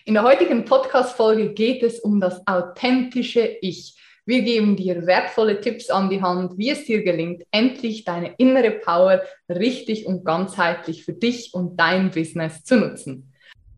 In der heutigen Podcast-Folge geht es um das authentische Ich. Wir geben dir wertvolle Tipps an die Hand, wie es dir gelingt, endlich deine innere Power richtig und ganzheitlich für dich und dein Business zu nutzen.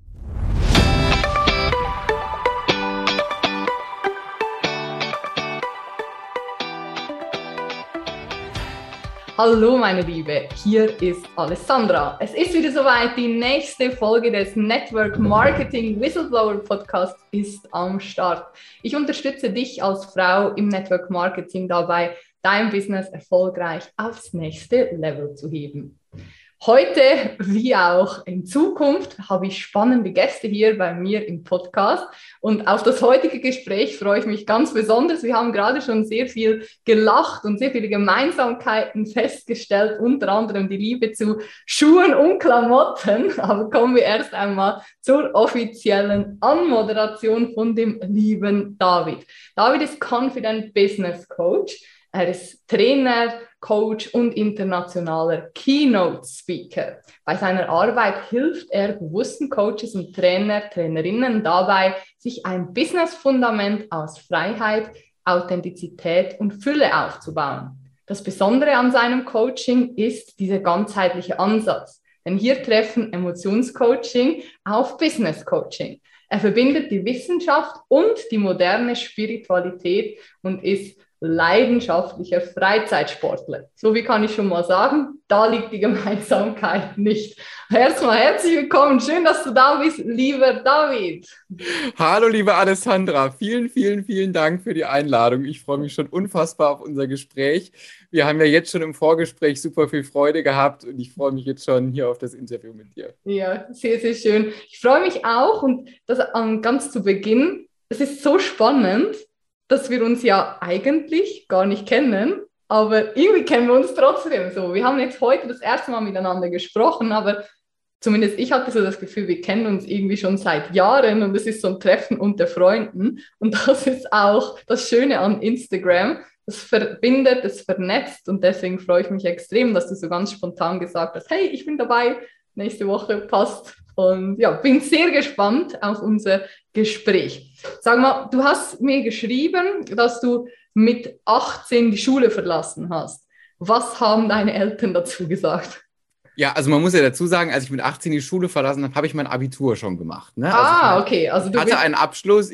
Hallo meine Liebe, hier ist Alessandra. Es ist wieder soweit, die nächste Folge des Network Marketing Whistleblower Podcast ist am Start. Ich unterstütze dich als Frau im Network Marketing dabei, dein Business erfolgreich aufs nächste Level zu heben. Heute, wie auch in Zukunft, habe ich spannende Gäste hier bei mir im Podcast und auf das heutige Gespräch freue ich mich ganz besonders. Wir haben gerade schon sehr viel gelacht und sehr viele Gemeinsamkeiten festgestellt, unter anderem die Liebe zu Schuhen und Klamotten. Aber kommen wir erst einmal zur offiziellen Anmoderation von dem lieben David. David ist Confident Business Coach. Er ist Trainer, Coach und internationaler Keynote-Speaker. Bei seiner Arbeit hilft er bewussten Coaches und Trainerinnen dabei, sich ein Business-Fundament aus Freiheit, Authentizität und Fülle aufzubauen. Das Besondere an seinem Coaching ist dieser ganzheitliche Ansatz. Denn hier treffen Emotionscoaching auf Business-Coaching. Er verbindet die Wissenschaft und die moderne Spiritualität und ist leidenschaftlicher Freizeitsportler. So wie kann ich schon mal sagen, da liegt die Gemeinsamkeit nicht. Erstmal herzlich willkommen, schön, dass du da bist, lieber David. Hallo, liebe Alessandra, vielen Dank für die Einladung. Ich freue mich schon unfassbar auf unser Gespräch. Wir haben ja jetzt schon im Vorgespräch super viel Freude gehabt und ich freue mich jetzt schon hier auf das Interview mit dir. Ja, sehr, sehr schön. Ich freue mich auch und das ganz zu Beginn, es ist so spannend, dass wir uns ja eigentlich gar nicht kennen, aber irgendwie kennen wir uns trotzdem so. Wir haben jetzt heute das erste Mal miteinander gesprochen, aber zumindest ich hatte so das Gefühl, wir kennen uns irgendwie schon seit Jahren und es ist so ein Treffen unter Freunden. Und das ist auch das Schöne an Instagram. Es verbindet, es vernetzt und deswegen freue ich mich extrem, dass du so ganz spontan gesagt hast, hey, ich bin dabei, nächste Woche passt. Und ja, bin sehr gespannt auf unser Gespräch. Sag mal, du hast mir geschrieben, dass du mit 18 die Schule verlassen hast. Was haben deine Eltern dazu gesagt? Ja, also man muss ja dazu sagen, als ich mit 18 die Schule verlassen habe, habe ich mein Abitur schon gemacht. Ne? Okay. Also du hatte einen Abschluss. Ich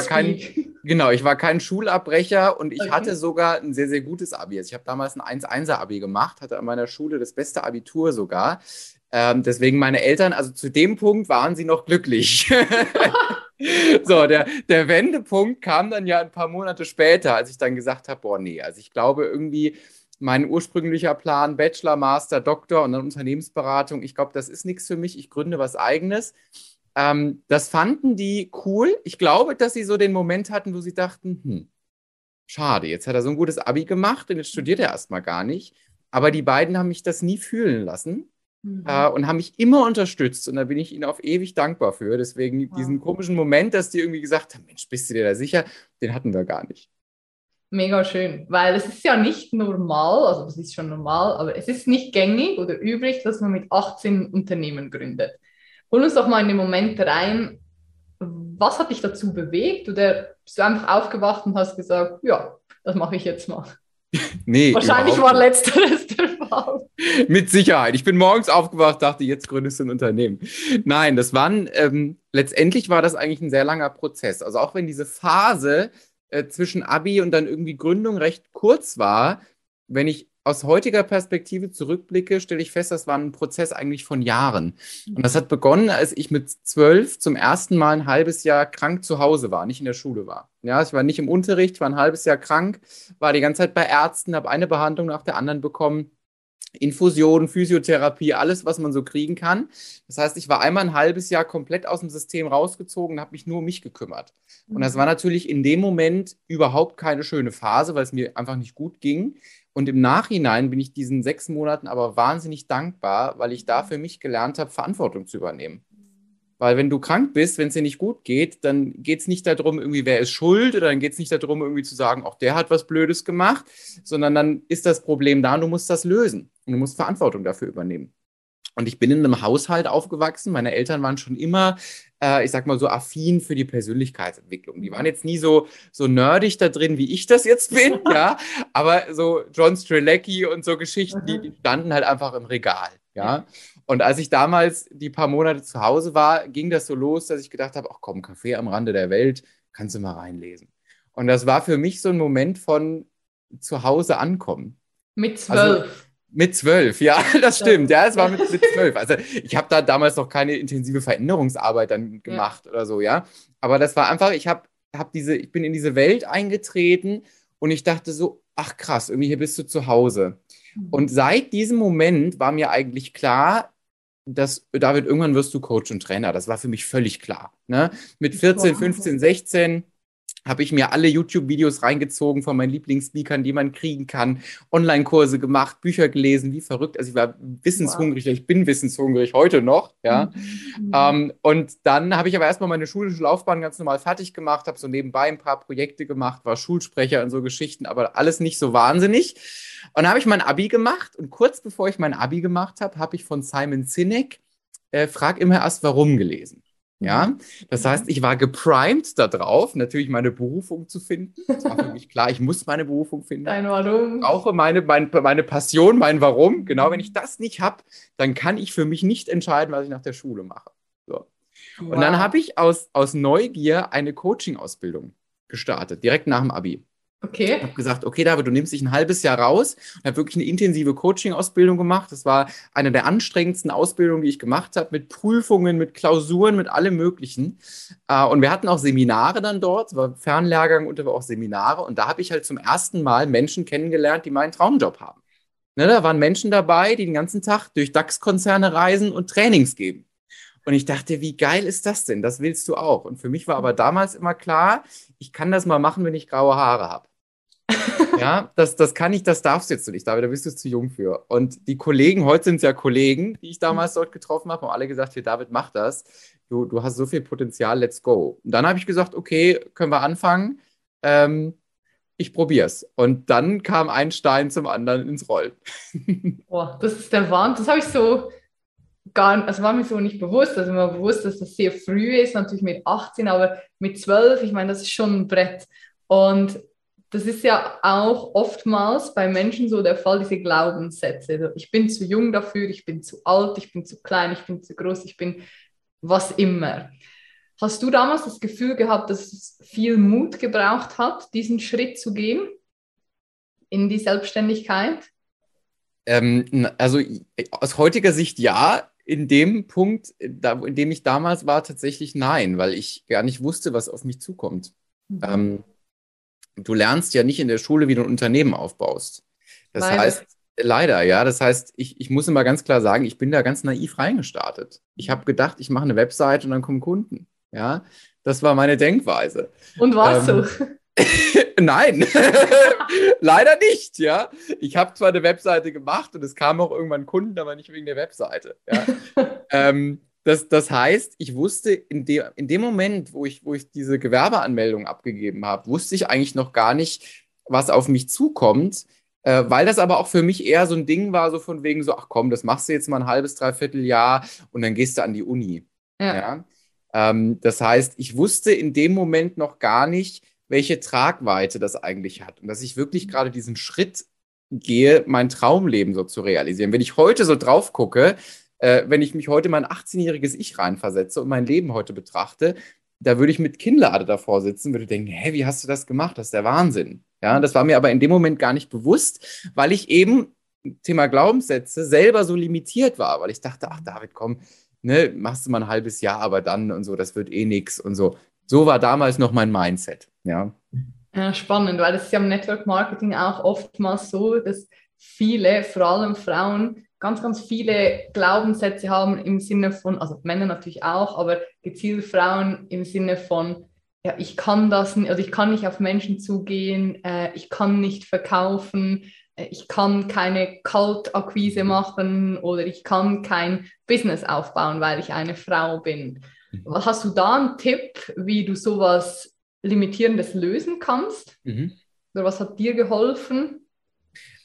war kein Schulabbrecher und ich hatte sogar ein sehr, sehr gutes Abi. Also ich habe damals ein 1-1er-Abi gemacht, hatte an meiner Schule das beste Abitur sogar. Deswegen meine Eltern, also zu dem Punkt waren sie noch glücklich. So, der Wendepunkt kam dann ja ein paar Monate später, als ich dann gesagt habe, also ich glaube irgendwie, mein ursprünglicher Plan, Bachelor, Master, Doktor und dann Unternehmensberatung, ich glaube, das ist nichts für mich, ich gründe was Eigenes. Das fanden die cool. Ich glaube, dass sie so den Moment hatten, wo sie dachten, schade, jetzt hat er so ein gutes Abi gemacht und jetzt studiert er erstmal gar nicht. Aber die beiden haben mich das nie fühlen lassen. Und haben mich immer unterstützt und da bin ich ihnen auf ewig dankbar für. Deswegen diesen komischen Moment, dass die irgendwie gesagt haben, Mensch, bist du dir da sicher? Den hatten wir gar nicht. Mega schön, weil es ist ja nicht normal, also es ist schon normal, aber es ist nicht gängig oder üblich, dass man mit 18 ein Unternehmen gründet. Hol uns doch mal in den Moment rein, was hat dich dazu bewegt oder bist du einfach aufgewacht und hast gesagt, ja, das mache ich jetzt mal? Nee, wahrscheinlich war letzteres der Fall. Mit Sicherheit. Ich bin morgens aufgewacht, dachte, jetzt gründest du ein Unternehmen. Nein, letztendlich war das eigentlich ein sehr langer Prozess. Also auch wenn diese Phase zwischen Abi und dann irgendwie Gründung recht kurz war, wenn ich aus heutiger Perspektive zurückblicke, stelle ich fest, das war ein Prozess eigentlich von Jahren. Und das hat begonnen, als ich mit 12 zum ersten Mal ein halbes Jahr krank zu Hause war, nicht in der Schule war. Ja, ich war nicht im Unterricht, war ein halbes Jahr krank, war die ganze Zeit bei Ärzten, habe eine Behandlung nach der anderen bekommen. Infusion, Physiotherapie, alles, was man so kriegen kann. Das heißt, ich war einmal ein halbes Jahr komplett aus dem System rausgezogen und habe mich nur um mich gekümmert. Und das war natürlich in dem Moment überhaupt keine schöne Phase, weil es mir einfach nicht gut ging. Und im Nachhinein bin ich diesen 6 Monaten aber wahnsinnig dankbar, weil ich da für mich gelernt habe, Verantwortung zu übernehmen. Weil wenn du krank bist, wenn es dir nicht gut geht, dann geht es nicht darum, irgendwie, wer ist schuld, oder dann geht es nicht darum, irgendwie zu sagen, auch der hat was Blödes gemacht, sondern dann ist das Problem da und du musst das lösen. Und du musst Verantwortung dafür übernehmen. Und ich bin in einem Haushalt aufgewachsen. Meine Eltern waren schon immer, ich sag mal so, affin für die Persönlichkeitsentwicklung. Die waren jetzt nie so nerdig da drin, wie ich das jetzt bin, ja. Aber so John Strzelecki und so Geschichten, die standen halt einfach im Regal, ja. Und als ich damals die paar Monate zu Hause war, ging das so los, dass ich gedacht habe, ach komm, Kaffee am Rande der Welt, kannst du mal reinlesen. Und das war für mich so ein Moment von zu Hause ankommen. Mit Also 12. mit 12, ja, das stimmt. Ja, es war mit 12. Also ich habe da damals noch keine intensive Veränderungsarbeit dann gemacht oder so, ja. Aber das war einfach, ich bin in diese Welt eingetreten und ich dachte so, ach krass, irgendwie hier bist du zu Hause. Und seit diesem Moment war mir eigentlich klar, dass, David, irgendwann wirst du Coach und Trainer. Das war für mich völlig klar. Ne? Mit 14, 15, 16 habe ich mir alle YouTube-Videos reingezogen von meinen Lieblingsspeakern, die man kriegen kann, Online-Kurse gemacht, Bücher gelesen, wie verrückt. Also ich war wissenshungrig, ich bin wissenshungrig heute noch, ja. Und dann habe ich aber erstmal meine schulische Laufbahn ganz normal fertig gemacht, habe so nebenbei ein paar Projekte gemacht, war Schulsprecher und so Geschichten, aber alles nicht so wahnsinnig. Und dann habe ich mein Abi gemacht und kurz bevor ich mein Abi gemacht habe, habe ich von Simon Sinek Frag immer erst warum gelesen. Ja, das heißt, ich war geprimed darauf, natürlich meine Berufung zu finden. Es war für mich klar, ich muss meine Berufung finden. Dein Warum. Ich brauche meine Passion, mein Warum. Genau, wenn ich das nicht habe, dann kann ich für mich nicht entscheiden, was ich nach der Schule mache. So. Wow. Und dann habe ich aus Neugier eine Coaching-Ausbildung gestartet, direkt nach dem Abi. Okay. Ich habe gesagt, okay, David, du nimmst dich ein halbes Jahr raus und habe wirklich eine intensive Coaching-Ausbildung gemacht. Das war eine der anstrengendsten Ausbildungen, die ich gemacht habe, mit Prüfungen, mit Klausuren, mit allem Möglichen. Und wir hatten auch Seminare dann dort, es war Fernlehrgang und aber auch Seminare. Und da habe ich halt zum ersten Mal Menschen kennengelernt, die meinen Traumjob haben. Ne, da waren Menschen dabei, die den ganzen Tag durch DAX-Konzerne reisen und Trainings geben. Und ich dachte, wie geil ist das denn? Das willst du auch. Und für mich war aber damals immer klar, ich kann das mal machen, wenn ich graue Haare habe. Ja, das kann ich, das darfst du jetzt nicht, David, da bist du zu jung für. Und die Kollegen, heute sind es ja Kollegen, die ich damals dort getroffen habe, haben alle gesagt, hier, David, mach das. Du hast so viel Potenzial, let's go. Und dann habe ich gesagt, okay, können wir anfangen? Ich probier's. Und dann kam ein Stein zum anderen ins Rollen. Boah, das ist der Wahnsinn. Das habe ich so also war mir so nicht bewusst. Also mir war bewusst, dass das sehr früh ist, natürlich mit 18, aber mit 12, ich meine, das ist schon ein Brett. Und das ist ja auch oftmals bei Menschen so der Fall, diese Glaubenssätze. Also ich bin zu jung dafür, ich bin zu alt, ich bin zu klein, ich bin zu groß, ich bin was immer. Hast du damals das Gefühl gehabt, dass es viel Mut gebraucht hat, diesen Schritt zu gehen in die Selbstständigkeit? Also aus heutiger Sicht ja. In dem Punkt, in dem ich damals war, tatsächlich nein, weil ich gar nicht wusste, was auf mich zukommt. Du lernst ja nicht in der Schule, wie du ein Unternehmen aufbaust. Das heißt, leider, ja. Das heißt, ich muss immer ganz klar sagen, ich bin da ganz naiv reingestartet. Ich habe gedacht, ich mache eine Website und dann kommen Kunden. Ja, das war meine Denkweise. Und war es so? Nein, leider nicht, ja. Ich habe zwar eine Webseite gemacht und es kamen auch irgendwann Kunden, aber nicht wegen der Webseite. Ja. Das heißt, ich wusste in dem Moment, wo ich diese Gewerbeanmeldung abgegeben habe, wusste ich eigentlich noch gar nicht, was auf mich zukommt, weil das aber auch für mich eher so ein Ding war, so von wegen so, ach komm, das machst du jetzt mal ein halbes, dreiviertel Jahr und dann gehst du an die Uni. Ja. Das heißt, ich wusste in dem Moment noch gar nicht, welche Tragweite das eigentlich hat und dass ich wirklich gerade diesen Schritt gehe, mein Traumleben so zu realisieren. Wenn ich heute so drauf gucke, wenn ich mich heute in mein 18-jähriges Ich reinversetze und mein Leben heute betrachte, da würde ich mit Kinnlade davor sitzen, würde denken, hä, wie hast du das gemacht? Das ist der Wahnsinn. Ja, das war mir aber in dem Moment gar nicht bewusst, weil ich eben, Thema Glaubenssätze, selber so limitiert war, weil ich dachte, ach David, komm, ne, machst du mal ein halbes Jahr, aber dann und so, das wird eh nix und so. So war damals noch mein Mindset, ja. Ja, spannend, weil es ist ja im Network Marketing auch oftmals so, dass viele, vor allem Frauen, ganz, ganz viele Glaubenssätze haben im Sinne von, also Männer natürlich auch, aber gezielt Frauen im Sinne von, ja, ich kann das nicht, also ich kann nicht auf Menschen zugehen, ich kann nicht verkaufen, ich kann keine Kaltakquise machen oder ich kann kein Business aufbauen, weil ich eine Frau bin. Hast du da einen Tipp, wie du sowas Limitierendes lösen kannst? Oder was hat dir geholfen?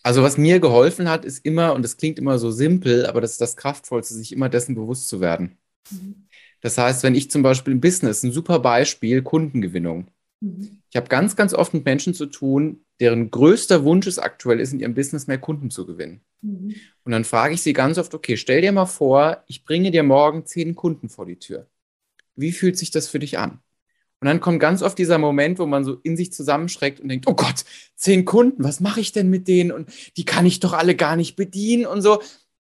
Also was mir geholfen hat, ist immer, und das klingt immer so simpel, aber das ist das Kraftvollste, sich immer dessen bewusst zu werden. Mhm. Das heißt, wenn ich zum Beispiel im Business, ein super Beispiel, Kundengewinnung. Mhm. Ich habe ganz, ganz oft mit Menschen zu tun, deren größter Wunsch es aktuell ist, in ihrem Business mehr Kunden zu gewinnen. Mhm. Und dann frage ich sie ganz oft, okay, stell dir mal vor, ich bringe dir morgen 10 Kunden vor die Tür. Wie fühlt sich das für dich an? Und dann kommt ganz oft dieser Moment, wo man so in sich zusammenschreckt und denkt, oh Gott, 10 Kunden, was mache ich denn mit denen? Und die kann ich doch alle gar nicht bedienen und so.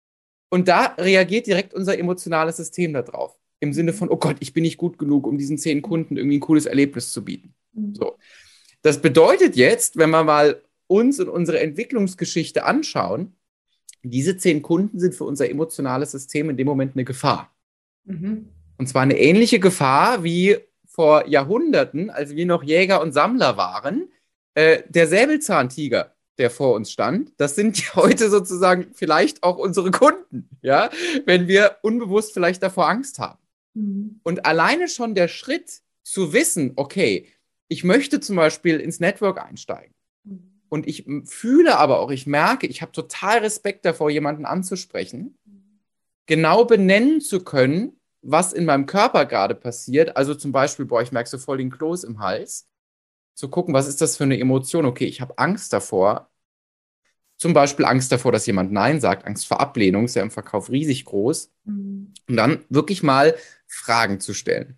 Und da reagiert direkt unser emotionales System darauf. Im Sinne von, oh Gott, ich bin nicht gut genug, um diesen 10 Kunden irgendwie ein cooles Erlebnis zu bieten. Mhm. So. Das bedeutet jetzt, wenn wir mal uns und unsere Entwicklungsgeschichte anschauen, diese 10 Kunden sind für unser emotionales System in dem Moment eine Gefahr. Mhm. Und zwar eine ähnliche Gefahr wie vor Jahrhunderten, als wir noch Jäger und Sammler waren, der Säbelzahntiger, der vor uns stand. Das sind ja heute sozusagen vielleicht auch unsere Kunden, ja, wenn wir unbewusst vielleicht davor Angst haben. Mhm. Und alleine schon der Schritt zu wissen, okay, ich möchte zum Beispiel ins Network einsteigen. Und ich fühle aber auch, ich merke, ich habe total Respekt davor, jemanden anzusprechen, genau benennen zu können, was in meinem Körper gerade passiert. Also zum Beispiel, boah, ich merke so voll den Kloß im Hals. Zu gucken, was ist das für eine Emotion? Okay, ich habe Angst davor. Zum Beispiel Angst davor, dass jemand Nein sagt. Angst vor Ablehnung ist ja im Verkauf riesig groß. Mhm. Und dann wirklich mal Fragen zu stellen.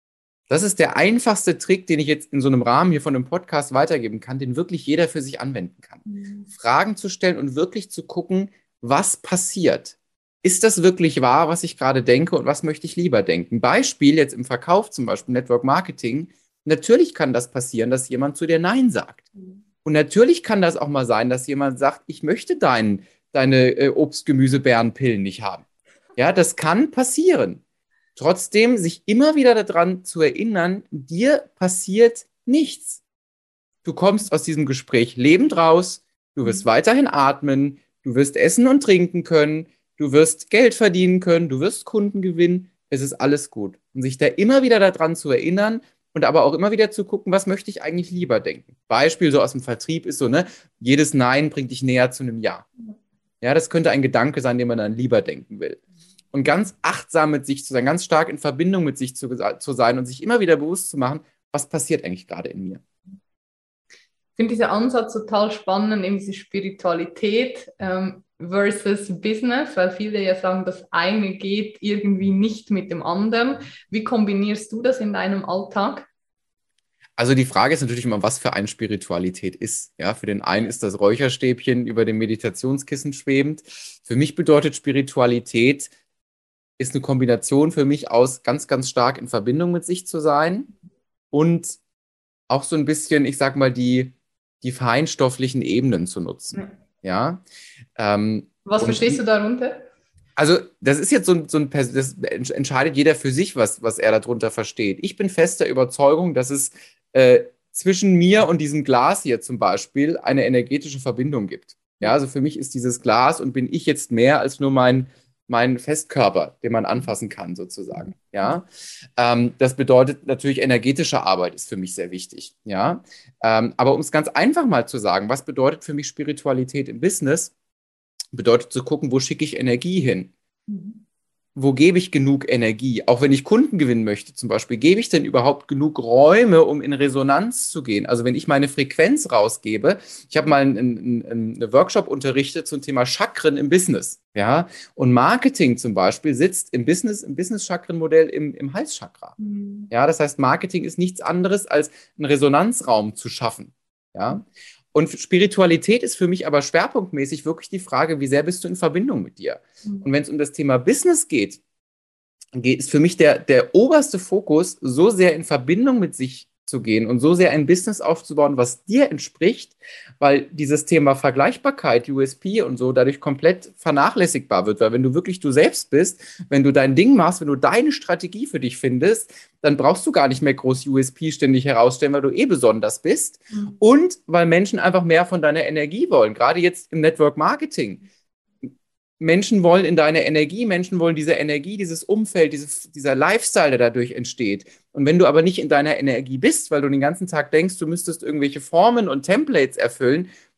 Das ist der einfachste Trick, den ich jetzt in so einem Rahmen hier von einem Podcast weitergeben kann, den wirklich jeder für sich anwenden kann. Mhm. Fragen zu stellen und wirklich zu gucken, was passiert. Ist das wirklich wahr, was ich gerade denke und was möchte ich lieber denken? Beispiel jetzt im Verkauf, zum Beispiel Network Marketing. Natürlich kann das passieren, dass jemand zu dir Nein sagt. Und natürlich kann das auch mal sein, dass jemand sagt, ich möchte deine Obst, Gemüse, Beeren, Pillen nicht haben. Ja, das kann passieren. Trotzdem sich immer wieder daran zu erinnern, dir passiert nichts. Du kommst aus diesem Gespräch lebend raus, du wirst weiterhin atmen, du wirst essen und trinken können, du wirst Geld verdienen können, du wirst Kunden gewinnen, es ist alles gut. Und sich da immer wieder daran zu erinnern und aber auch immer wieder zu gucken, was möchte ich eigentlich lieber denken. Beispiel so aus dem Vertrieb ist so, ne, jedes Nein bringt dich näher zu einem Ja. Ja, das könnte ein Gedanke sein, den man dann lieber denken will. Und ganz achtsam mit sich zu sein, ganz stark in Verbindung mit sich zu sein und sich immer wieder bewusst zu machen, was passiert eigentlich gerade in mir. Ich finde diesen Ansatz total spannend, eben diese Spiritualität versus Business, weil viele ja sagen, das eine geht irgendwie nicht mit dem anderen. Wie kombinierst du das in deinem Alltag? Also die Frage ist natürlich immer, was für eine Spiritualität ist. Ja, für den einen ist das Räucherstäbchen über dem Meditationskissen schwebend. Für mich bedeutet Spiritualität, ist eine Kombination für mich aus ganz, ganz stark in Verbindung mit sich zu sein und auch so ein bisschen, ich sag mal, die feinstofflichen Ebenen zu nutzen. Ja. Was Und verstehst du darunter? also, das ist jetzt das entscheidet jeder für sich, was er darunter versteht. Ich bin fester Überzeugung, dass es zwischen mir und diesem Glas hier zum Beispiel eine energetische Verbindung gibt. Ja, also für mich ist dieses Glas und bin ich jetzt mehr als nur mein Festkörper, den man anfassen kann, sozusagen. Ja, das bedeutet natürlich, energetische Arbeit ist für mich sehr wichtig. Ja, aber um es ganz einfach mal zu sagen, was bedeutet für mich Spiritualität im Business? Bedeutet zu gucken, wo schicke ich Energie hin? Mhm. Wo gebe ich genug Energie? Auch wenn ich Kunden gewinnen möchte zum Beispiel, gebe ich denn überhaupt genug Räume, um in Resonanz zu gehen? Also wenn ich meine Frequenz rausgebe, ich habe mal einen Workshop unterrichtet zum Thema Chakren im Business, ja, und Marketing zum Beispiel sitzt im Business-Chakrenmodell im Halschakra. Mhm. Ja, das heißt, Marketing ist nichts anderes als einen Resonanzraum zu schaffen, ja. Und Spiritualität ist für mich aber schwerpunktmäßig wirklich die Frage, wie sehr bist du in Verbindung mit dir? Und wenn es um das Thema Business geht, ist für mich der oberste Fokus, so sehr in Verbindung mit sich zu gehen und so sehr ein Business aufzubauen, was dir entspricht, weil dieses Thema Vergleichbarkeit, USP und so dadurch komplett vernachlässigbar wird. Weil wenn du wirklich du selbst bist, wenn du dein Ding machst, wenn du deine Strategie für dich findest, dann brauchst du gar nicht mehr groß USP ständig herausstellen, weil du eh besonders bist. Mhm. Und weil Menschen einfach mehr von deiner Energie wollen, gerade jetzt im Network Marketing. Menschen wollen in deine Energie, Menschen wollen diese Energie, dieses Umfeld, dieser Lifestyle, der dadurch entsteht. Und wenn du aber nicht in deiner Energie bist, weil du den ganzen Tag denkst, du müsstest irgendwelche Formen und Templates erfüllen,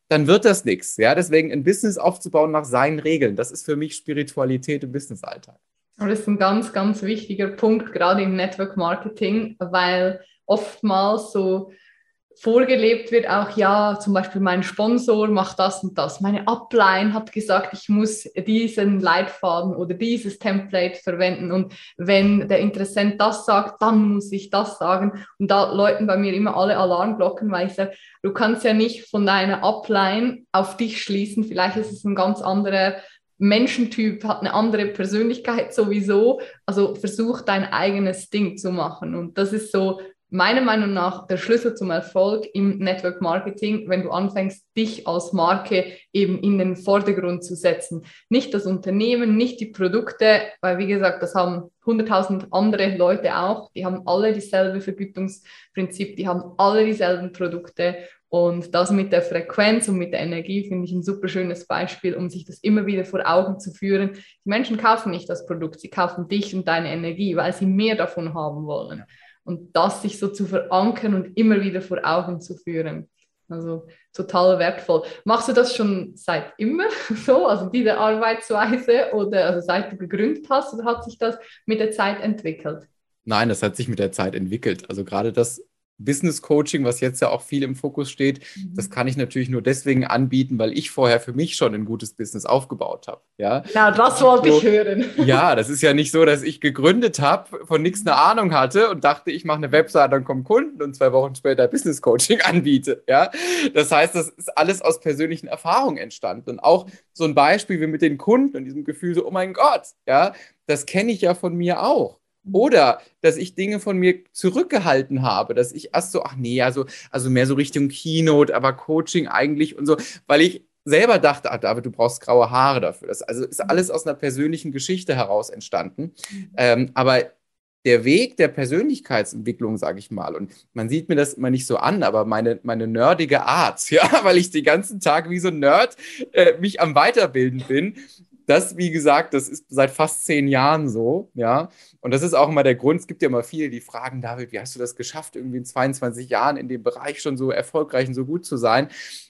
dann wird das nichts. Ja? Deswegen ein Business aufzubauen nach seinen Regeln, das ist für mich Spiritualität im Business-Alltag. Und das ist ein ganz, ganz wichtiger Punkt, gerade im Network Marketing, weil oftmals so vorgelebt wird auch, ja, zum Beispiel mein Sponsor macht das und das. Meine Upline hat gesagt, ich muss diesen Leitfaden oder dieses Template verwenden. Und wenn der Interessent das sagt, dann muss ich das sagen. Und da läuten bei mir immer alle Alarmglocken, weil ich sage, du kannst ja nicht von deiner Upline auf dich schließen. Vielleicht ist es ein ganz anderer Menschentyp, hat eine andere Persönlichkeit sowieso. Also versuch dein eigenes Ding zu machen. Und das ist so meiner Meinung nach der Schlüssel zum Erfolg im Network Marketing, wenn du anfängst, dich als Marke eben in den Vordergrund zu setzen. Nicht das Unternehmen, nicht die Produkte, weil wie gesagt, das haben 100.000 andere Leute auch. Die haben alle dieselbe Vergütungsprinzip, die haben alle dieselben Produkte. Und das mit der Frequenz und mit der Energie finde ich ein super schönes Beispiel, um sich das immer wieder vor Augen zu führen. Die Menschen kaufen nicht das Produkt, sie kaufen dich und deine Energie, weil sie mehr davon haben wollen. Und das sich so zu verankern und immer wieder vor Augen zu führen. Also total wertvoll. Machst du das schon seit immer so, also diese Arbeitsweise oder also seit du gegründet hast oder hat sich das mit der Zeit entwickelt? Nein, das hat sich mit der Zeit entwickelt. Also gerade das Business Coaching, was jetzt ja auch viel im Fokus steht, das kann ich natürlich nur deswegen anbieten, weil ich vorher für mich schon ein gutes Business aufgebaut habe. Ja, genau, das wollte ich hören. Ja, das ist ja nicht so, dass ich gegründet habe, von nichts eine Ahnung hatte und dachte, ich mache eine Website, dann kommen Kunden und 2 Wochen später Business Coaching anbiete. Ja, das heißt, das ist alles aus persönlichen Erfahrungen entstanden. Und auch so ein Beispiel wie mit den Kunden und diesem Gefühl so, oh mein Gott, ja, das kenne ich ja von mir auch. Oder, dass ich Dinge von mir zurückgehalten habe, dass ich erst so, ach nee, also mehr so Richtung Keynote, aber Coaching eigentlich und so, weil ich selber dachte, ach David, du brauchst graue Haare dafür. Das also ist alles aus einer persönlichen Geschichte heraus entstanden. Aber der Weg der Persönlichkeitsentwicklung, sage ich mal, und man sieht mir das immer nicht so an, aber meine nerdige Art, ja, weil ich den ganzen Tag wie so ein Nerd mich am Weiterbilden bin, das, wie gesagt, das ist seit fast 10 Jahren so, ja. Und das ist auch immer der Grund. Es gibt ja immer viele, die fragen, David, wie hast du das geschafft, irgendwie in 22 Jahren in dem Bereich schon so erfolgreich und so gut zu sein?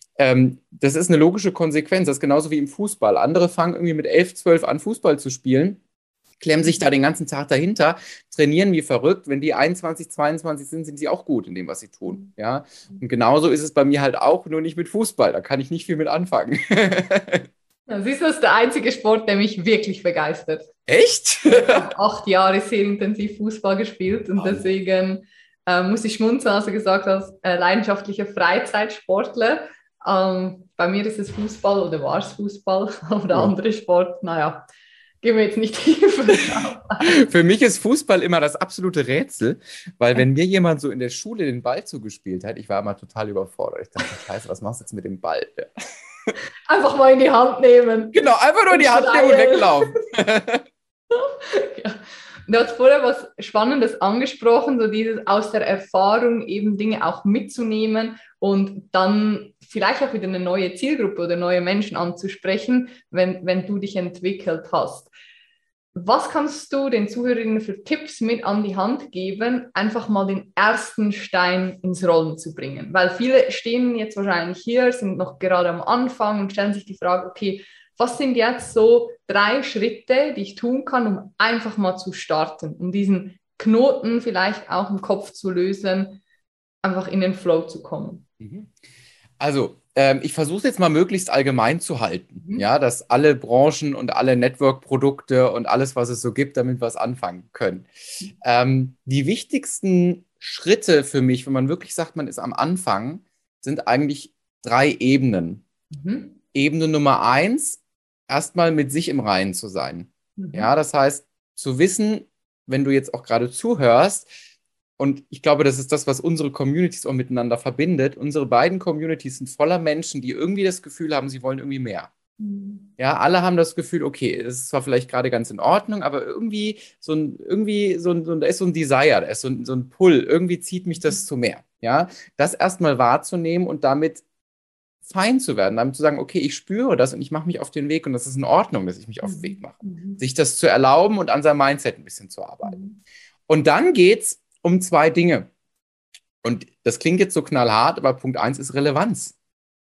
Das ist eine logische Konsequenz. Das ist genauso wie im Fußball. Andere fangen irgendwie mit 11, 12 an, Fußball zu spielen, klemmen sich da den ganzen Tag dahinter, trainieren wie verrückt. Wenn die 21, 22 sind, sind sie auch gut in dem, was sie tun. Ja? Und genauso ist es bei mir halt auch, nur nicht mit Fußball. Da kann ich nicht viel mit anfangen. Ja, siehst du, das ist der einzige Sport, der mich wirklich begeistert. Echt? Ich habe 8 Jahre sehr intensiv Fußball gespielt und deswegen muss ich schmunzeln, als du gesagt hast, leidenschaftlicher Freizeitsportler. Bei mir ist es Fußball oder war es Fußball oder andere Sport. Naja, gehen wir jetzt nicht tiefer drauf ein. Für mich ist Fußball immer das absolute Rätsel, weil wenn mir jemand so in der Schule den Ball zugespielt hat, ich war immer total überfordert. Ich dachte, Scheiße, was machst du jetzt mit dem Ball? Ja. Einfach mal in die Hand nehmen. Genau, einfach nur in die Hand nehmen und weglaufen. Ja. Du hast vorher was Spannendes angesprochen, so dieses aus der Erfahrung eben Dinge auch mitzunehmen und dann vielleicht auch wieder eine neue Zielgruppe oder neue Menschen anzusprechen, wenn du dich entwickelt hast. Was kannst du den Zuhörerinnen für Tipps mit an die Hand geben, einfach mal den ersten Stein ins Rollen zu bringen? Weil viele stehen jetzt wahrscheinlich hier, sind noch gerade am Anfang und stellen sich die Frage, okay, was sind jetzt so 3 Schritte, die ich tun kann, um einfach mal zu starten, um diesen Knoten vielleicht auch im Kopf zu lösen, einfach in den Flow zu kommen? Also, ich versuche es jetzt mal möglichst allgemein zu halten, ja, dass alle Branchen und alle Network-Produkte und alles, was es so gibt, damit wir es anfangen können. Die wichtigsten Schritte für mich, wenn man wirklich sagt, man ist am Anfang, sind eigentlich 3 Ebenen. Ebene Nummer 1, erstmal mit sich im Reinen zu sein. Ja, das heißt, zu wissen, wenn du jetzt auch gerade zuhörst, und ich glaube, das ist das, was unsere Communities auch miteinander verbindet. Unsere beiden Communities sind voller Menschen, die irgendwie das Gefühl haben, sie wollen irgendwie mehr. Ja, alle haben das Gefühl, okay, das ist zwar vielleicht gerade ganz in Ordnung, aber irgendwie da ist so ein Desire, da ist so ein Pull, irgendwie zieht mich das zu mehr. Ja, das erstmal wahrzunehmen und damit fein zu werden, damit zu sagen, okay, ich spüre das und ich mache mich auf den Weg und das ist in Ordnung, dass ich mich auf den Weg mache. Sich das zu erlauben und an seinem Mindset ein bisschen zu arbeiten. Und dann geht es um 2 Dinge. Und das klingt jetzt so knallhart, aber Punkt 1 ist Relevanz.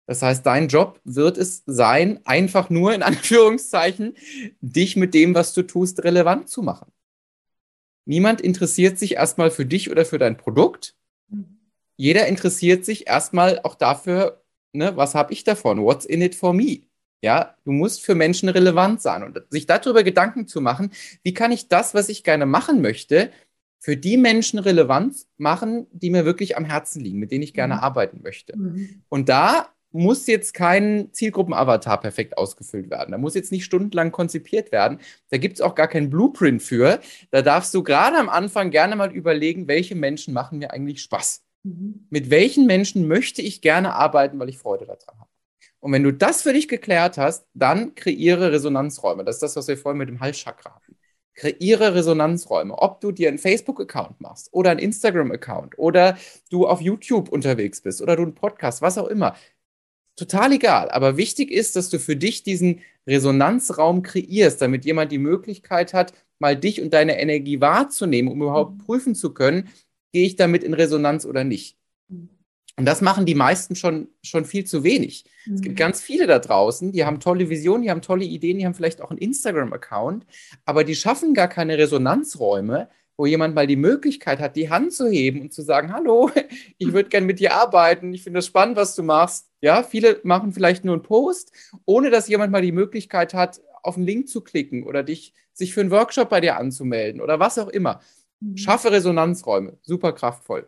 Das heißt, dein Job wird es sein, einfach nur in Anführungszeichen, dich mit dem, was du tust, relevant zu machen. Niemand interessiert sich erstmal für dich oder für dein Produkt. Jeder interessiert sich erstmal auch dafür, ne, was habe ich davon? What's in it for me? Ja, du musst für Menschen relevant sein und sich darüber Gedanken zu machen, wie kann ich das, was ich gerne machen möchte, für die Menschen relevant machen, die mir wirklich am Herzen liegen, mit denen ich gerne arbeiten möchte. Und da muss jetzt kein Zielgruppenavatar perfekt ausgefüllt werden. Da muss jetzt nicht stundenlang konzipiert werden. Da gibt es auch gar keinen Blueprint für. Da darfst du gerade am Anfang gerne mal überlegen, welche Menschen machen mir eigentlich Spaß. Mit welchen Menschen möchte ich gerne arbeiten, weil ich Freude daran habe. Und wenn du das für dich geklärt hast, dann kreiere Resonanzräume. Das ist das, was wir vorhin mit dem Halschakra hatten. Kreiere Resonanzräume. Ob du dir einen Facebook-Account machst oder einen Instagram-Account oder du auf YouTube unterwegs bist oder du einen Podcast, was auch immer. Total egal. Aber wichtig ist, dass du für dich diesen Resonanzraum kreierst, damit jemand die Möglichkeit hat, mal dich und deine Energie wahrzunehmen, um überhaupt prüfen zu können, gehe ich damit in Resonanz oder nicht. Und das machen die meisten schon viel zu wenig. Es gibt ganz viele da draußen, die haben tolle Visionen, die haben tolle Ideen, die haben vielleicht auch einen Instagram-Account, aber die schaffen gar keine Resonanzräume, wo jemand mal die Möglichkeit hat, die Hand zu heben und zu sagen, hallo, ich würde gerne mit dir arbeiten, ich finde das spannend, was du machst. Ja, viele machen vielleicht nur einen Post, ohne dass jemand mal die Möglichkeit hat, auf einen Link zu klicken oder sich für einen Workshop bei dir anzumelden oder was auch immer. Schaffe Resonanzräume, super kraftvoll.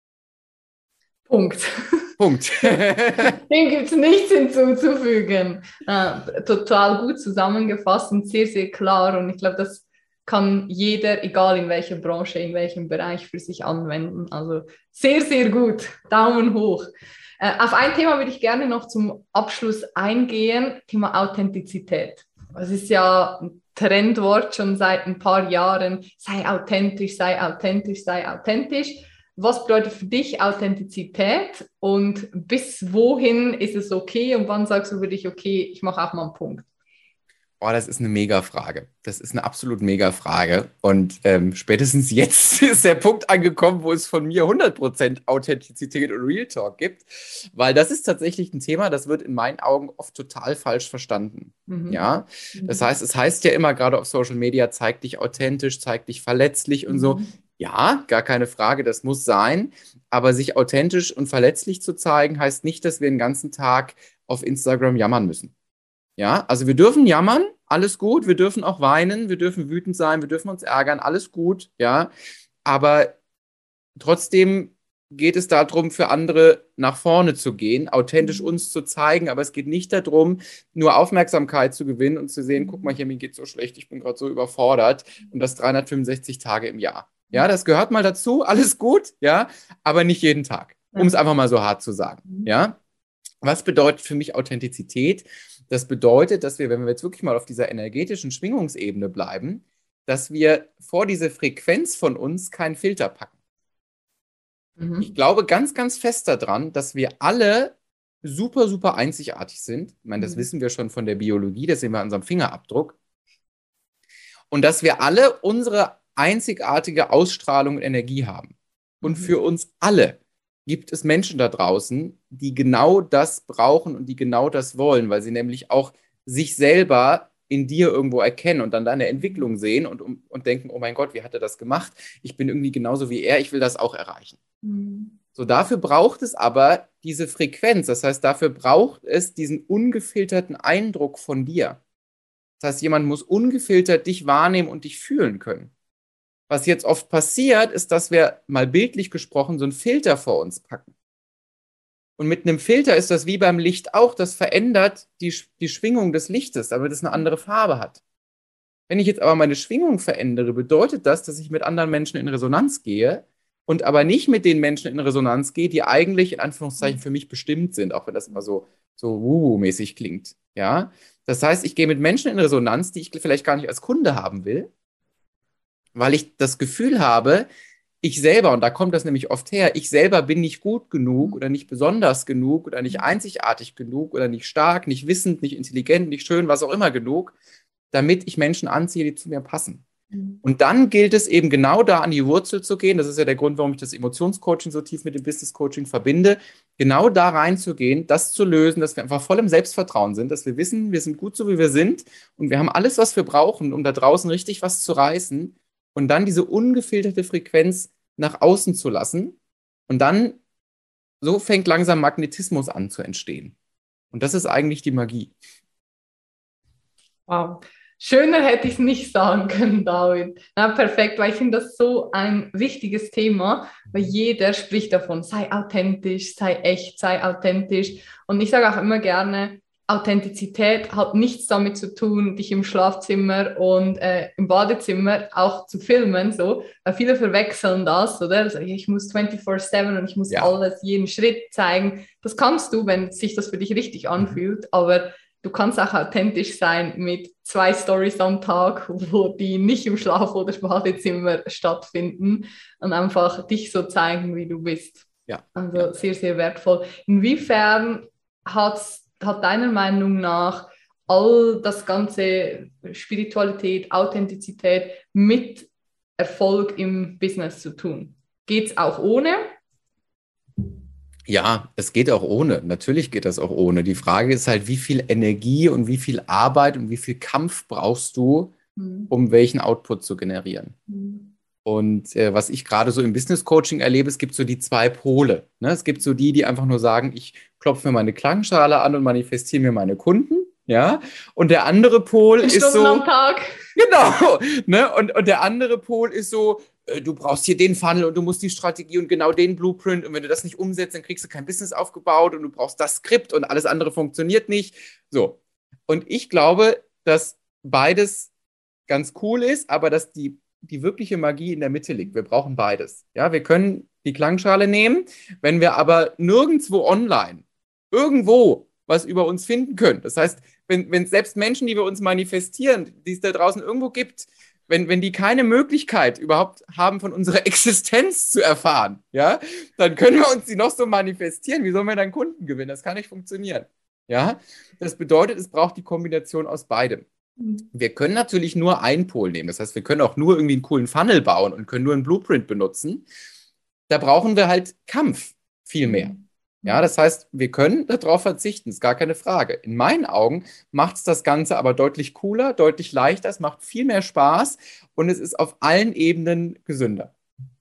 Punkt. Punkt. Dem gibt es nichts hinzuzufügen. Total gut zusammengefasst und sehr, sehr klar. Und ich glaube, das kann jeder, egal in welcher Branche, in welchem Bereich, für sich anwenden. Also sehr, sehr gut. Daumen hoch. Auf ein Thema würde ich gerne noch zum Abschluss eingehen, Thema Authentizität. Das ist ja ein Trendwort schon seit ein paar Jahren. Sei authentisch, sei authentisch, sei authentisch. Was bedeutet für dich Authentizität und bis wohin ist es okay und wann sagst du für dich, okay, ich mache auch mal einen Punkt? Oh, das ist eine Mega-Frage. Das ist eine absolut Mega-Frage. Und spätestens jetzt ist der Punkt angekommen, wo es von mir 100% Authentizität und Real Talk gibt. Weil das ist tatsächlich ein Thema, das wird in meinen Augen oft total falsch verstanden. Ja, das heißt, es heißt ja immer, gerade auf Social Media, zeig dich authentisch, zeig dich verletzlich und so. Ja, gar keine Frage, das muss sein. Aber sich authentisch und verletzlich zu zeigen, heißt nicht, dass wir den ganzen Tag auf Instagram jammern müssen. Ja, also wir dürfen jammern, alles gut, wir dürfen auch weinen, wir dürfen wütend sein, wir dürfen uns ärgern, alles gut, ja. Aber trotzdem geht es darum, für andere nach vorne zu gehen, authentisch uns zu zeigen, aber es geht nicht darum, nur Aufmerksamkeit zu gewinnen und zu sehen, guck mal hier, mir geht's so schlecht, ich bin gerade so überfordert und das 365 Tage im Jahr. Ja, das gehört mal dazu, alles gut, ja, aber nicht jeden Tag, um es einfach mal so hart zu sagen, ja. Was bedeutet für mich Authentizität? Das bedeutet, dass wir, wenn wir jetzt wirklich mal auf dieser energetischen Schwingungsebene bleiben, dass wir vor diese Frequenz von uns keinen Filter packen. Ich glaube ganz, ganz fest daran, dass wir alle super, super einzigartig sind. Ich meine, das wissen wir schon von der Biologie, das sehen wir an unserem Fingerabdruck. Und dass wir alle unsere einzigartige Ausstrahlung und Energie haben. Und für uns alle gibt es Menschen da draußen, die genau das brauchen und die genau das wollen, weil sie nämlich auch sich selber in dir irgendwo erkennen und dann deine Entwicklung sehen und denken, oh mein Gott, wie hat er das gemacht? Ich bin irgendwie genauso wie er, ich will das auch erreichen. So, dafür braucht es aber diese Frequenz, das heißt, dafür braucht es diesen ungefilterten Eindruck von dir. Das heißt, jemand muss ungefiltert dich wahrnehmen und dich fühlen können. Was jetzt oft passiert, ist, dass wir mal bildlich gesprochen so einen Filter vor uns packen. Und mit einem Filter ist das wie beim Licht auch, das verändert die Schwingung des Lichtes, damit es eine andere Farbe hat. Wenn ich jetzt aber meine Schwingung verändere, bedeutet das, dass ich mit anderen Menschen in Resonanz gehe und aber nicht mit den Menschen in Resonanz gehe, die eigentlich in Anführungszeichen für mich bestimmt sind, auch wenn das immer so Wuhu-mäßig klingt. Ja? Das heißt, ich gehe mit Menschen in Resonanz, die ich vielleicht gar nicht als Kunde haben will, weil ich das Gefühl habe, ich selber, und da kommt das nämlich oft her, ich selber bin nicht gut genug oder nicht besonders genug oder nicht einzigartig genug oder nicht stark, nicht wissend, nicht intelligent, nicht schön, was auch immer genug, damit ich Menschen anziehe, die zu mir passen. Und dann gilt es eben genau da an die Wurzel zu gehen. Das ist ja der Grund, warum ich das Emotionscoaching so tief mit dem Business Coaching verbinde. Genau da reinzugehen, das zu lösen, dass wir einfach voll im Selbstvertrauen sind, dass wir wissen, wir sind gut so, wie wir sind und wir haben alles, was wir brauchen, um da draußen richtig was zu reißen und dann diese ungefilterte Frequenz nach außen zu lassen. Und dann, so fängt langsam Magnetismus an zu entstehen. Und das ist eigentlich die Magie. Wow. Schöner hätte ich es nicht sagen können, David. Na, perfekt, weil ich finde das so ein wichtiges Thema, weil jeder spricht davon, sei authentisch, sei echt, sei authentisch. Und ich sage auch immer gerne, Authentizität hat nichts damit zu tun, dich im Schlafzimmer und im Badezimmer auch zu filmen, so. Weil viele verwechseln das, oder? Also, ich muss 24/7 und ich muss alles, jeden Schritt zeigen. Das kannst du, wenn sich das für dich richtig anfühlt, aber du kannst auch authentisch sein mit 2 Stories am Tag, wo die nicht im Schlaf- oder Badezimmer stattfinden und einfach dich so zeigen, wie du bist. Ja. Also sehr, sehr wertvoll. Inwiefern hat deiner Meinung nach all das ganze Spiritualität, Authentizität mit Erfolg im Business zu tun? Geht es auch ohne? Ja, es geht auch ohne. Natürlich geht das auch ohne. Die Frage ist halt, wie viel Energie und wie viel Arbeit und wie viel Kampf brauchst du, um welchen Output zu generieren? Und was ich gerade so im Business Coaching erlebe, es gibt so die 2 Pole. Ne? Es gibt so die einfach nur sagen, ich klopfe mir meine Klangschale an und manifestiere mir meine Kunden. Ja, und der andere Pol ist Stunden so. Am Tag. Genau. Ne? Und der andere Pol ist so, du brauchst hier den Funnel und du musst die Strategie und genau den Blueprint. Und wenn du das nicht umsetzt, dann kriegst du kein Business aufgebaut und du brauchst das Skript und alles andere funktioniert nicht. So. Und ich glaube, dass beides ganz cool ist, aber dass die wirkliche Magie in der Mitte liegt. Wir brauchen beides. Ja, wir können die Klangschale nehmen, wenn wir aber nirgendwo online, irgendwo was über uns finden können. Das heißt, wenn selbst Menschen, die wir uns manifestieren, die es da draußen irgendwo gibt, wenn die keine Möglichkeit überhaupt haben, von unserer Existenz zu erfahren, ja, dann können wir uns die noch so manifestieren. Wie sollen wir dann Kunden gewinnen? Das kann nicht funktionieren. Ja, das bedeutet, es braucht die Kombination aus beidem. Wir können natürlich nur einen Pol nehmen. Das heißt, wir können auch nur irgendwie einen coolen Funnel bauen und können nur einen Blueprint benutzen. Da brauchen wir halt Kampf viel mehr. Ja, das heißt, wir können darauf verzichten, ist gar keine Frage. In meinen Augen macht es das Ganze aber deutlich cooler, deutlich leichter, es macht viel mehr Spaß und es ist auf allen Ebenen gesünder.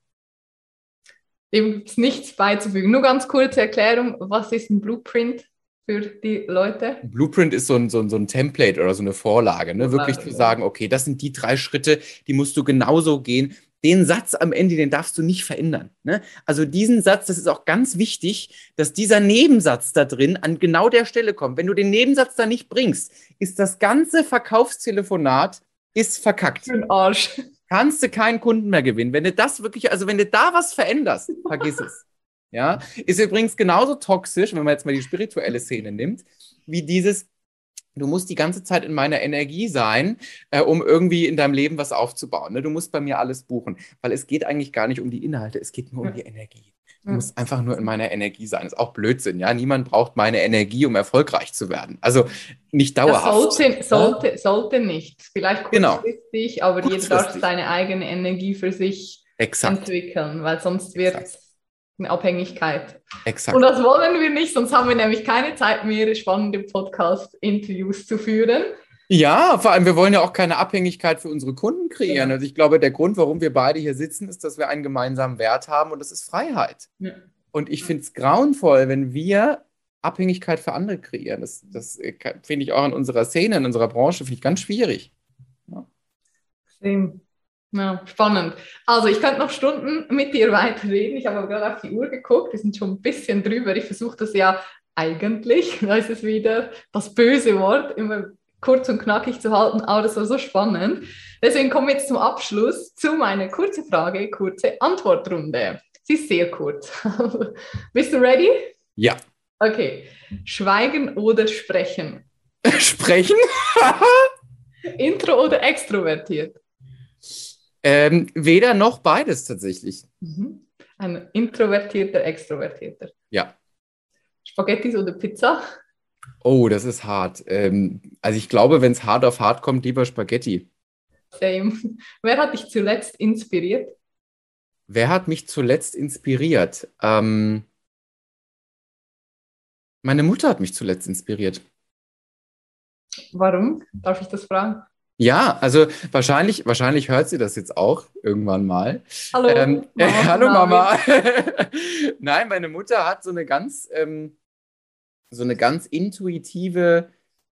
Dem gibt es nichts beizufügen. Nur ganz kurze Erklärung, was ist ein Blueprint für die Leute? Ein Blueprint ist so ein Template oder so eine Vorlage, ne? Wirklich zu sagen, okay, das sind die 3 Schritte, die musst du genauso gehen. Den Satz am Ende, den darfst du nicht verändern. Ne? Also diesen Satz, das ist auch ganz wichtig, dass dieser Nebensatz da drin an genau der Stelle kommt. Wenn du den Nebensatz da nicht bringst, ist das ganze Verkaufstelefonat verkackt. Für den Arsch. Kannst du keinen Kunden mehr gewinnen. Wenn du das wirklich, also wenn du da was veränderst, vergiss es. Ja, ist übrigens genauso toxisch, wenn man jetzt mal die spirituelle Szene nimmt, wie dieses, du musst die ganze Zeit in meiner Energie sein, um irgendwie in deinem Leben was aufzubauen. Ne? Du musst bei mir alles buchen, weil es geht eigentlich gar nicht um die Inhalte, es geht nur um die Energie. Du musst einfach nur in meiner Energie sein. Das ist auch Blödsinn, ja. Niemand braucht meine Energie, um erfolgreich zu werden. Also nicht dauerhaft. Sollte nicht. Vielleicht kurzfristig, genau. Aber jeder darf seine eigene Energie für sich entwickeln, weil sonst wird es eine Abhängigkeit. Exakt. Und das wollen wir nicht, sonst haben wir nämlich keine Zeit mehr, spannende Podcast-Interviews zu führen. Ja, vor allem, wir wollen ja auch keine Abhängigkeit für unsere Kunden kreieren. Ja. Also ich glaube, der Grund, warum wir beide hier sitzen, ist, dass wir einen gemeinsamen Wert haben und das ist Freiheit. Ja. Und ich finde es grauenvoll, wenn wir Abhängigkeit für andere kreieren. Das finde ich auch in unserer Szene, in unserer Branche, finde ich ganz schwierig. Ja. Ja, spannend. Also ich könnte noch Stunden mit dir weiterreden. Ich habe aber gerade auf die Uhr geguckt, wir sind schon ein bisschen drüber. Ich versuche das ja eigentlich, da ist es wieder das böse Wort, immer kurz und knackig zu halten, aber das war so spannend. Deswegen kommen wir jetzt zum Abschluss zu meiner kurze Frage, kurze Antwortrunde. Sie ist sehr kurz. Bist du ready? Ja. Okay. Schweigen oder sprechen? Sprechen? Intro oder extrovertiert? Weder noch beides tatsächlich. Ein introvertierter, extrovertierter. Ja. Spaghettis oder Pizza? Oh, das ist hart. Also ich glaube, wenn es hart auf hart kommt, lieber Spaghetti. same. Wer hat dich zuletzt inspiriert? Wer hat mich zuletzt inspiriert? Meine Mutter hat mich zuletzt inspiriert. Warum? Darf ich das fragen? Ja, also wahrscheinlich hört sie das jetzt auch irgendwann mal. Hallo, Mama. Hallo Mama. Nein, meine Mutter hat so eine ganz intuitive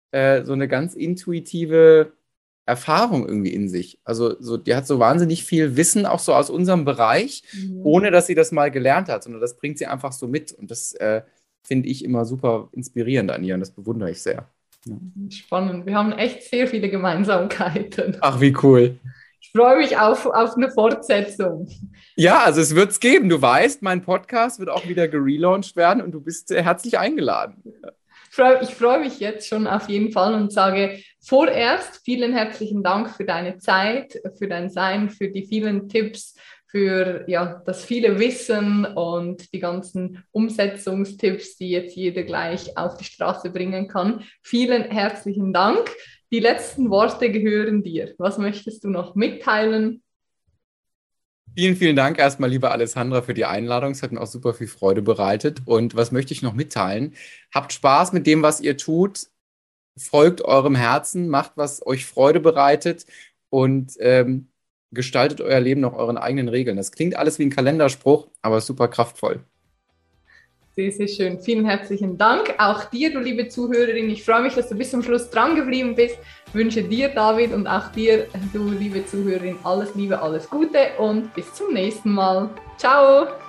Erfahrung irgendwie in sich. Also die hat so wahnsinnig viel Wissen, auch so aus unserem Bereich, ohne dass sie das mal gelernt hat, sondern das bringt sie einfach so mit. Und das finde ich immer super inspirierend an ihr und das bewundere ich sehr. Ja. Spannend. Wir haben echt sehr viele Gemeinsamkeiten. Ach, wie cool. Ich freue mich auf eine Fortsetzung. Ja, also es wird es geben. Du weißt, mein Podcast wird auch wieder gelauncht werden und du bist herzlich eingeladen. Ich freue mich jetzt schon auf jeden Fall und sage vorerst vielen herzlichen Dank für deine Zeit, für dein Sein, für die vielen Tipps, für das viele Wissen und die ganzen Umsetzungstipps, die jetzt jeder gleich auf die Straße bringen kann. Vielen herzlichen Dank. Die letzten Worte gehören dir. Was möchtest du noch mitteilen? Vielen, vielen Dank erstmal, liebe Alessandra, für die Einladung. Es hat mir auch super viel Freude bereitet. Und was möchte ich noch mitteilen? Habt Spaß mit dem, was ihr tut. Folgt eurem Herzen, macht, was euch Freude bereitet und gestaltet euer Leben nach euren eigenen Regeln. Das klingt alles wie ein Kalenderspruch, aber ist super kraftvoll. Sehr, sehr schön. Vielen herzlichen Dank. Auch dir, du liebe Zuhörerin. Ich freue mich, dass du bis zum Schluss dran geblieben bist. Ich wünsche dir, David, und auch dir, du liebe Zuhörerin, alles Liebe, alles Gute und bis zum nächsten Mal. Ciao!